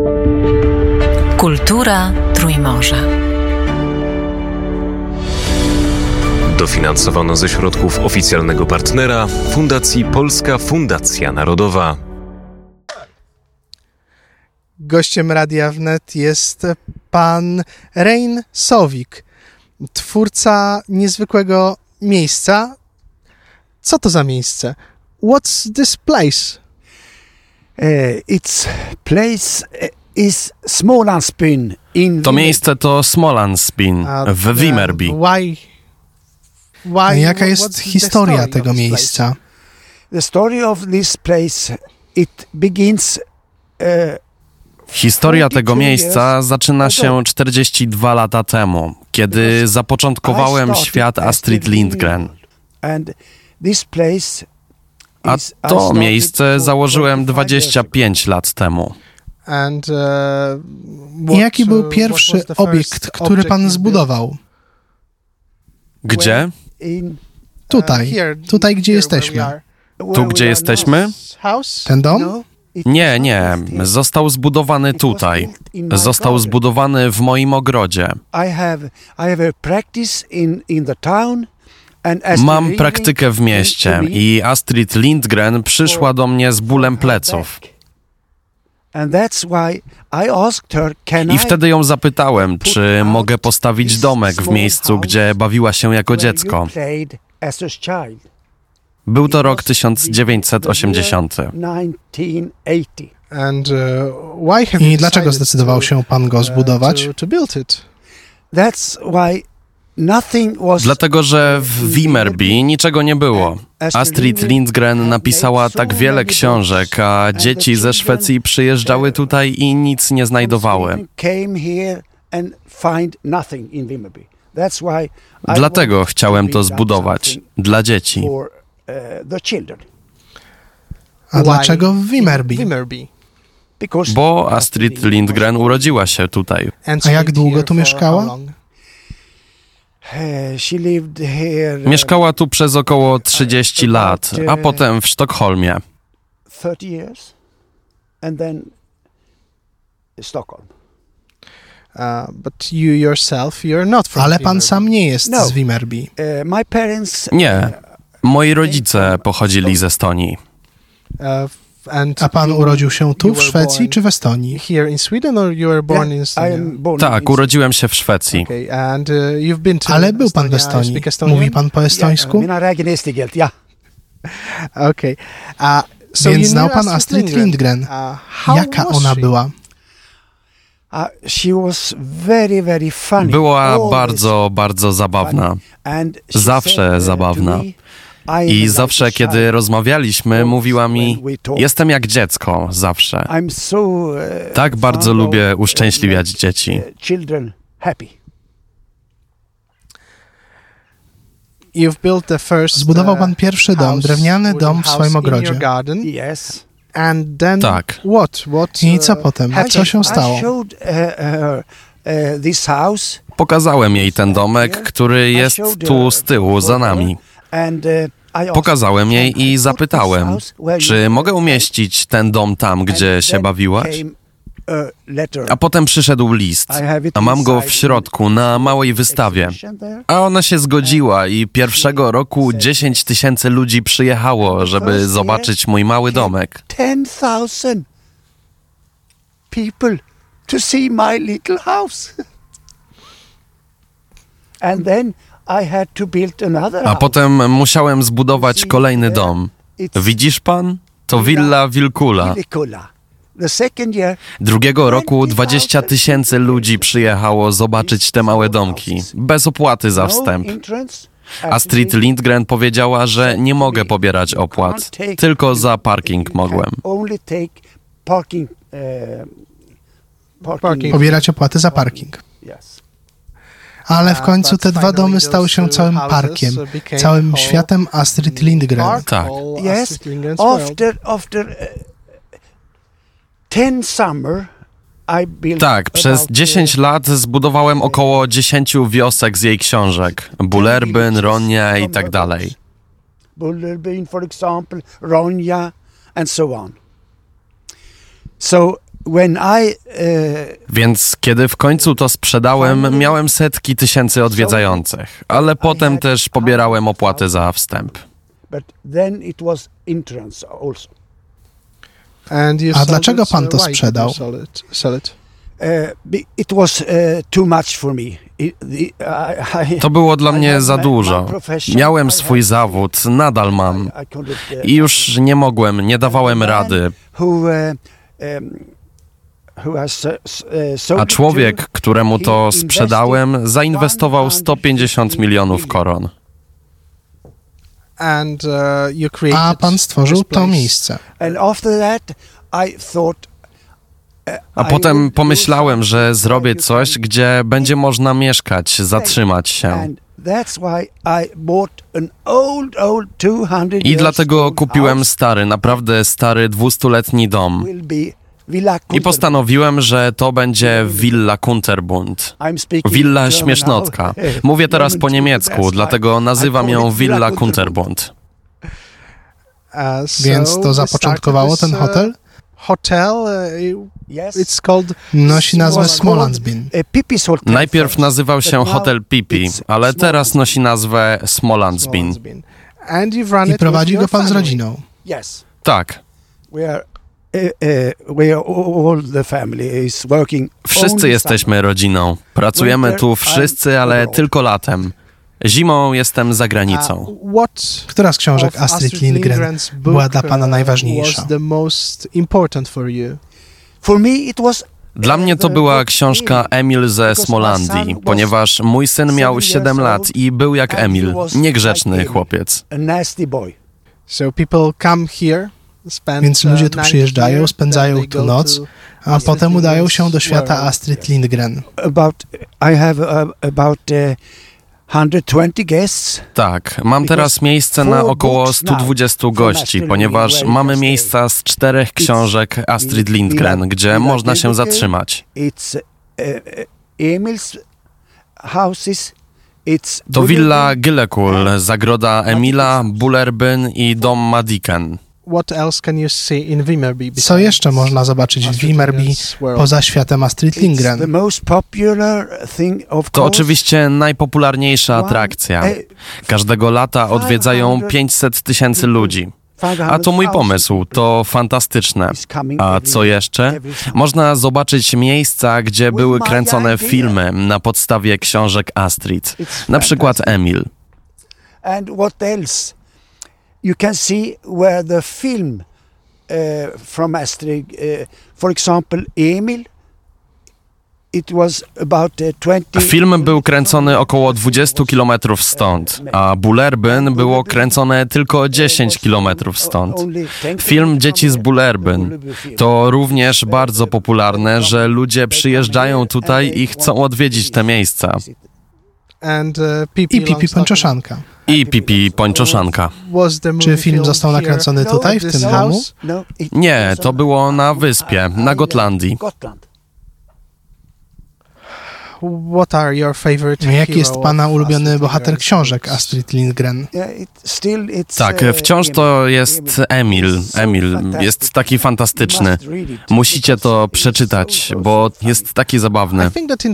Kultura Trójmorza. Dofinansowano ze środków oficjalnego partnera Fundacji Polska Fundacja Narodowa. Gościem Radia Wnet jest pan Rein Sowik, twórca niezwykłego miejsca. Co to za miejsce? What's this place? Its place is Smålandsbyn in To miejsce to Smålandsbyn w Vimmerby. Jaka jest historia tego miejsca? The story of this place, it begins Historia tego miejsca zaczyna się 42 lata temu, kiedy zapoczątkowałem świat Astrid Lindgren. A to miejsce założyłem 25 lat temu. Jaki był pierwszy obiekt, który pan zbudował? Gdzie? Tutaj, gdzie jesteśmy. Tu, gdzie jesteśmy? Ten dom? Nie. Został zbudowany tutaj. Został zbudowany w moim ogrodzie. Mam praktykę w mieście i Astrid Lindgren przyszła do mnie z bólem pleców. I wtedy ją zapytałem, czy mogę postawić domek w miejscu, gdzie bawiła się jako dziecko. Był to rok 1980. I dlaczego zdecydował się pan go zbudować? Dlatego, że w Vimmerby niczego nie było. Astrid Lindgren napisała tak wiele książek, a dzieci ze Szwecji przyjeżdżały tutaj i nic nie znajdowały. Dlatego chciałem to zbudować dla dzieci. A dlaczego w Vimmerby? Bo Astrid Lindgren urodziła się tutaj. A jak długo tu mieszkała? Mieszkała tu przez około 30 lat, a potem w Sztokholmie. Ale pan sam nie jest z Vimmerby. Nie, moi rodzice pochodzili z Estonii. A pan urodził się tu w Szwecji czy w Estonii? Tak, urodziłem się w Szwecji. Ale był pan w Estonii. Mówi pan po estońsku? Więc znał pan Astrid Lindgren. Jaka ona była? Była bardzo, bardzo zabawna. Zawsze zabawna. I zawsze, kiedy rozmawialiśmy, mówiła mi, jestem jak dziecko, zawsze. Tak bardzo lubię uszczęśliwiać dzieci. Zbudował pan pierwszy dom, drewniany dom w swoim ogrodzie. Tak. I co potem? Co się stało? Pokazałem jej ten domek, który jest tu z tyłu, za nami. Pokazałem jej i zapytałem, czy mogę umieścić ten dom tam, gdzie się bawiłaś? A potem przyszedł list, a mam go w środku na małej wystawie. A ona się zgodziła i pierwszego roku 10 000 ludzi przyjechało, żeby zobaczyć mój mały domek. 10,000 people to see my little house. And then A potem musiałem zbudować kolejny dom. Widzisz pan? To Villa Vilkula. Drugiego roku 20 000 ludzi przyjechało zobaczyć te małe domki, bez opłaty za wstęp. Astrid Lindgren powiedziała, że nie mogę pobierać opłat, tylko za parking mogłem. Pobierać opłaty za parking. Ale w końcu te dwa domy stały się całym parkiem, całym światem Astrid Lindgren. Tak. Tak, przez 10 lat zbudowałem około 10 wiosek z jej książek. Bullerbyn, Ronja i tak dalej. Bullerbyn, for example, Ronja, and so on. Więc kiedy w końcu to sprzedałem, miałem setki tysięcy odwiedzających, ale potem też pobierałem opłatę za wstęp. A dlaczego pan to sprzedał? To było dla mnie za dużo. Miałem swój zawód, nadal mam. I już nie mogłem, nie dawałem rady. A człowiek, któremu to sprzedałem, zainwestował 150 milionów koron. A pan stworzył to miejsce. A potem pomyślałem, że zrobię coś, gdzie będzie można mieszkać, zatrzymać się. I dlatego kupiłem stary, naprawdę stary 200-letni dom. I postanowiłem, że to będzie Villa Kunterbund. Willa Śmiesznotka. Mówię teraz po niemiecku, dlatego nazywam ją Villa Kunterbund. Więc to zapoczątkowało ten hotel? Nosi nazwę Smolandsbyn. Najpierw nazywał się Hotel Pipi, ale teraz nosi nazwę Smolandsbyn. I prowadzi go pan z rodziną? Tak. Wszyscy jesteśmy rodziną. Pracujemy tu wszyscy, ale tylko latem. Zimą jestem za granicą. Która z książek Astrid Lindgren była dla pana najważniejsza? Dla mnie to była książka Emil ze Smolandii, ponieważ mój syn miał 7 lat i był jak Emil, niegrzeczny chłopiec. Więc ludzie tu przyjeżdżają, spędzają tu noc, a potem udają się do świata Astrid Lindgren. Tak, mam teraz miejsce na około 120 gości, ponieważ mamy miejsca z 4 książek Astrid Lindgren, gdzie można się zatrzymać. To Villa Gillekul, zagroda Emila, Bullerbyn i dom Madiken. Co jeszcze można zobaczyć w Vimmerby poza światem Astrid Lindgren? To oczywiście najpopularniejsza atrakcja. Każdego lata odwiedzają 500 tysięcy ludzi. A to mój pomysł, to fantastyczne. A co jeszcze? Można zobaczyć miejsca, gdzie były kręcone filmy na podstawie książek Astrid. Na przykład Emil. You can see where the film from Astrid, for example, Emil, it was about 20... Film był kręcony około 20 kilometrów stąd, a Bullerbyn było kręcone tylko 10 kilometrów stąd. Film Dzieci z Bullerbyn to również bardzo popularne, że ludzie przyjeżdżają tutaj i chcą odwiedzić te miejsca. I Pipi Pończoszanka. I Pipi Pończoszanka. Czy film został nakręcony tutaj, w tym domu? Nie, to było na wyspie, na Gotlandii. Jaki jest pana ulubiony bohater książek Astrid Lindgren? Tak, wciąż to jest Emil. Emil jest taki fantastyczny. Musicie to przeczytać, bo jest taki zabawny.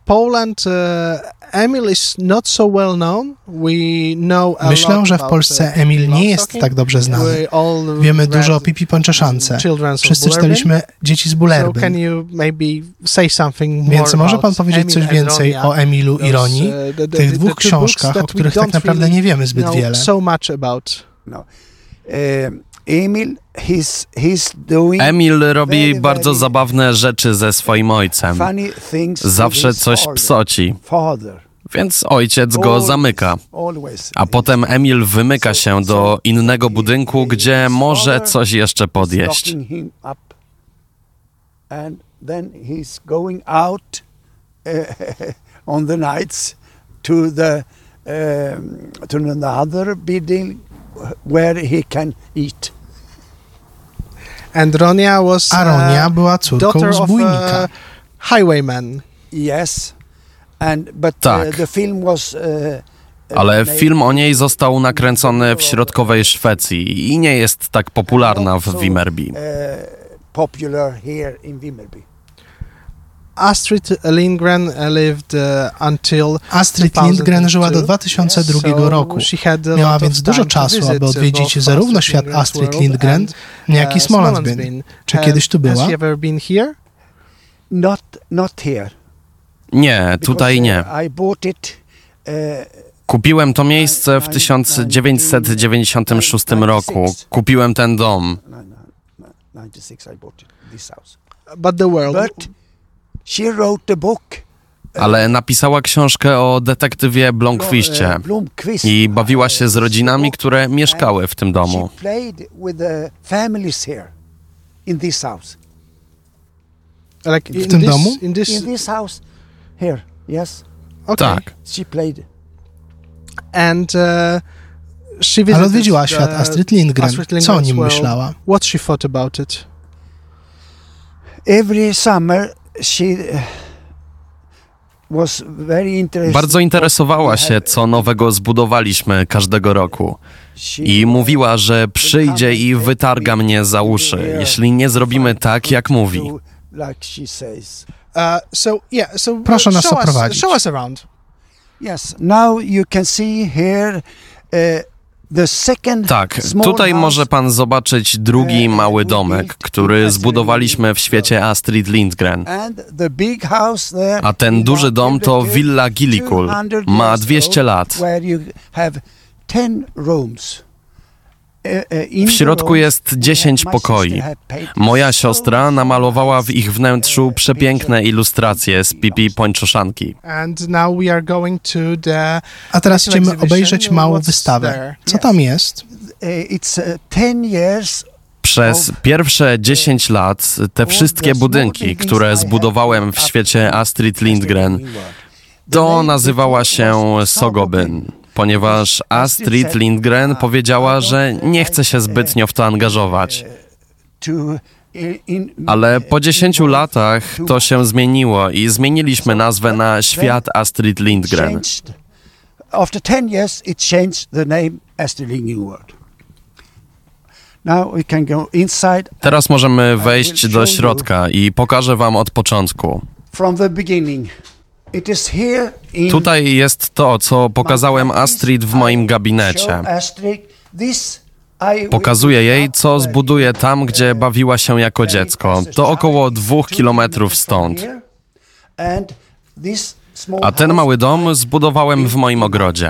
Myślę, że w Polsce Emil nie jest tak dobrze znany. Wiemy dużo o Pipi Pończoszance. Wszyscy czytaliśmy Dzieci z Bullerbyn. Więc może pan powiedzieć coś więcej o Emilu i Roni, tych dwóch książkach, o których tak naprawdę nie wiemy zbyt wiele. Emil robi bardzo zabawne rzeczy ze swoim ojcem. Zawsze coś psoci. Więc ojciec go zamyka. A potem Emil wymyka się do innego budynku, gdzie może coś jeszcze podjeść. On the nights to another building where he can eat. A Ronia była córką zbójnika. Highwayman. Yes. Tak. The film was ale film o niej został nakręcony w środkowej Szwecji i nie jest tak popularna w Vimmerby. Astrid Lindgren żyła do 2002 roku. Miała więc dużo czasu, aby odwiedzić zarówno świat Astrid Lindgren, jak i Smålandsbyn. Czy kiedyś tu była? Not here. Nie, tutaj nie. Kupiłem to miejsce w 1996 roku. Kupiłem ten dom. Ale napisała książkę o detektywie Blomqvistie i bawiła się z rodzinami, które mieszkały w tym domu. W tym domu? Tak. Ale odwiedziła świat Astrid Lindgren. Co o nim myślała? Every summer she was very interested. Bardzo interesowała się, co nowego zbudowaliśmy każdego roku. I mówiła, że przyjdzie i wytarga mnie za uszy, jeśli nie zrobimy tak, jak mówi. Proszę nas oprowadzić. Yes, now you can see here Tak, tutaj może pan zobaczyć drugi mały domek, który zbudowaliśmy w świecie Astrid Lindgren. A ten duży dom to Villa Gillikul. Ma 200 lat. W środku jest 10 pokoi. Moja siostra namalowała w ich wnętrzu przepiękne ilustracje z Pipi Pończoszanki. A teraz idziemy obejrzeć małą wystawę. Co tam jest? Przez pierwsze 10 lat te wszystkie budynki, które zbudowałem w świecie Astrid Lindgren, to nazywała się Sogobyn, ponieważ Astrid Lindgren powiedziała, że nie chce się zbytnio w to angażować. Ale po 10 latach to się zmieniło i zmieniliśmy nazwę na Świat Astrid Lindgren. After 10 years it changed the name Astrid Lindgren. Now we can go inside. Teraz możemy wejść do środka i pokażę wam od początku. From the beginning. It is here in Tutaj jest to, co pokazałem Astrid w moim gabinecie. Pokazuję jej, co zbuduję tam, gdzie bawiła się jako dziecko. To około 2 kilometrów stąd. A ten mały dom zbudowałem w moim ogrodzie.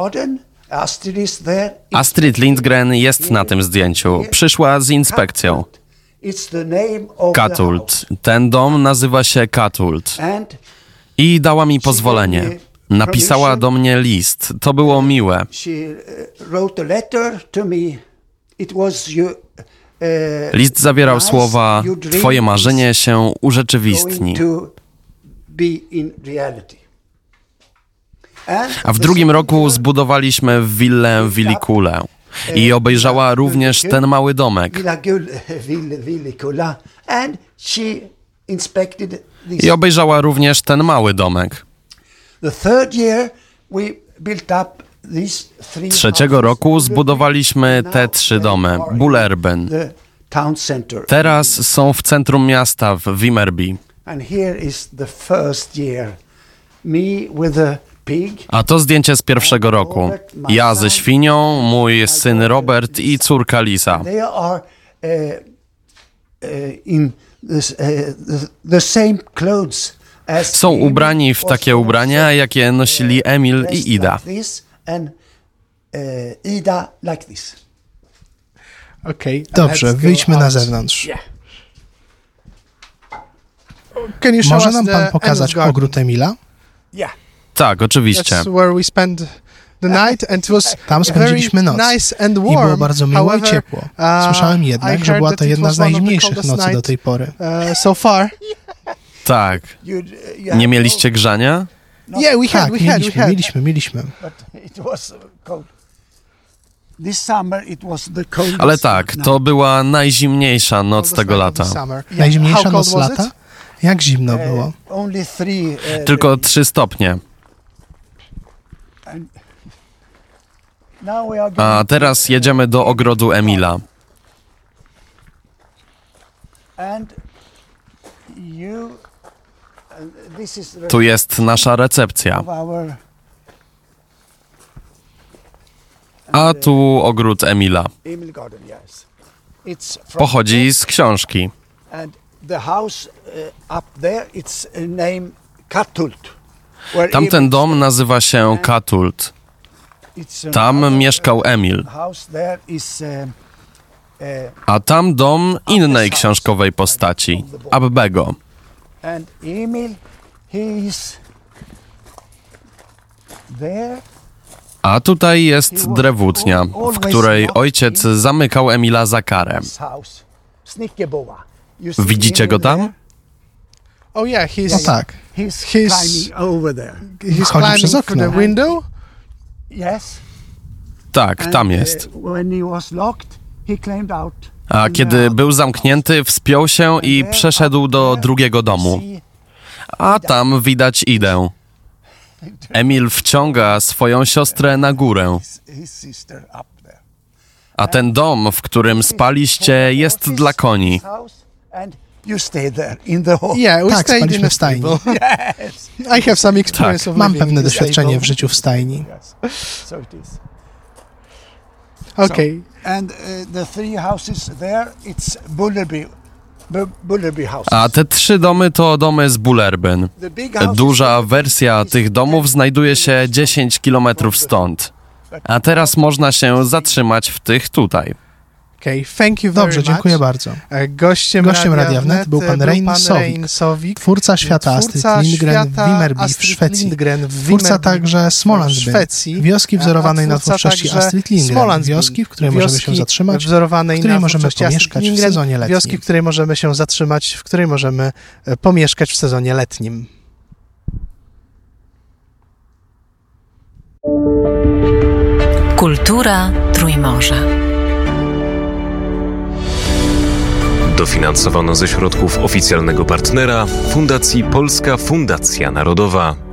Astrid Lindgren jest na tym zdjęciu. Przyszła z inspekcją. Katult. Ten dom nazywa się Katult. I dała mi pozwolenie. Napisała do mnie list. To było miłe. List zawierał słowa: twoje marzenie się urzeczywistni. A w drugim roku zbudowaliśmy willę w Gillikule. I obejrzała również ten mały domek. I obejrzała również ten mały domek. Trzeciego roku zbudowaliśmy te 3 domy, Bullerbyn. Teraz są w centrum miasta w Vimmerby. A to zdjęcie z pierwszego roku. Ja ze świnią, mój syn Robert i córka Lisa. Są ubrani w takie ubrania, jakie nosili Emil i Ida. Dobrze, wyjdźmy na zewnątrz. Może nam pan pokazać ogród Emila? Tak, oczywiście. Tam spędziliśmy noc i było bardzo miło i ciepło. Słyszałem jednak, że była to jedna z najzimniejszych nocy do tej pory. Tak. Nie mieliście grzania? Tak, mieliśmy. Ale tak, to była najzimniejsza noc tego lata. Najzimniejsza noc lata? Jak zimno było? Tylko 3 stopnie. A teraz jedziemy do ogrodu Emila. Tu jest nasza recepcja. A tu ogród Emila. Pochodzi z książki. Tamten dom nazywa się Katult. Tam mieszkał Emil. A tam dom innej książkowej postaci, Abbego. A tutaj jest drewutnia, w której ojciec zamykał Emila za karę. Widzicie go tam? No tak. He's Chodzi przez okno. Tak, tam jest. A kiedy był zamknięty, wspiął się i przeszedł do drugiego domu. A tam widać Idę. Emil wciąga swoją siostrę na górę. A ten dom, w którym spaliście, jest dla koni. Tak, spaliśmy w stajni. Tak, mam pewne doświadczenie w życiu w stajni. Okej. A te 3 domy to domy z Bullerbyn. Duża wersja tych domów znajduje się 10 kilometrów stąd. A teraz można się zatrzymać w tych tutaj. Dobrze, dziękuję bardzo. Gościem Radia Wnet był pan Rein Sowik, twórca świata Astrid Lindgren w Vimmerby w Szwecji. Twórca także Smålandsbyn, wioski wzorowanej na twórczości Astrid Lindgren, wioski, w której możemy się zatrzymać, w której możemy pomieszkać w sezonie letnim. Wioski, w której możemy się zatrzymać, w której możemy pomieszkać w sezonie letnim. Kultura Trójmorza. Dofinansowano ze środków oficjalnego partnera Fundacji Polska Fundacja Narodowa.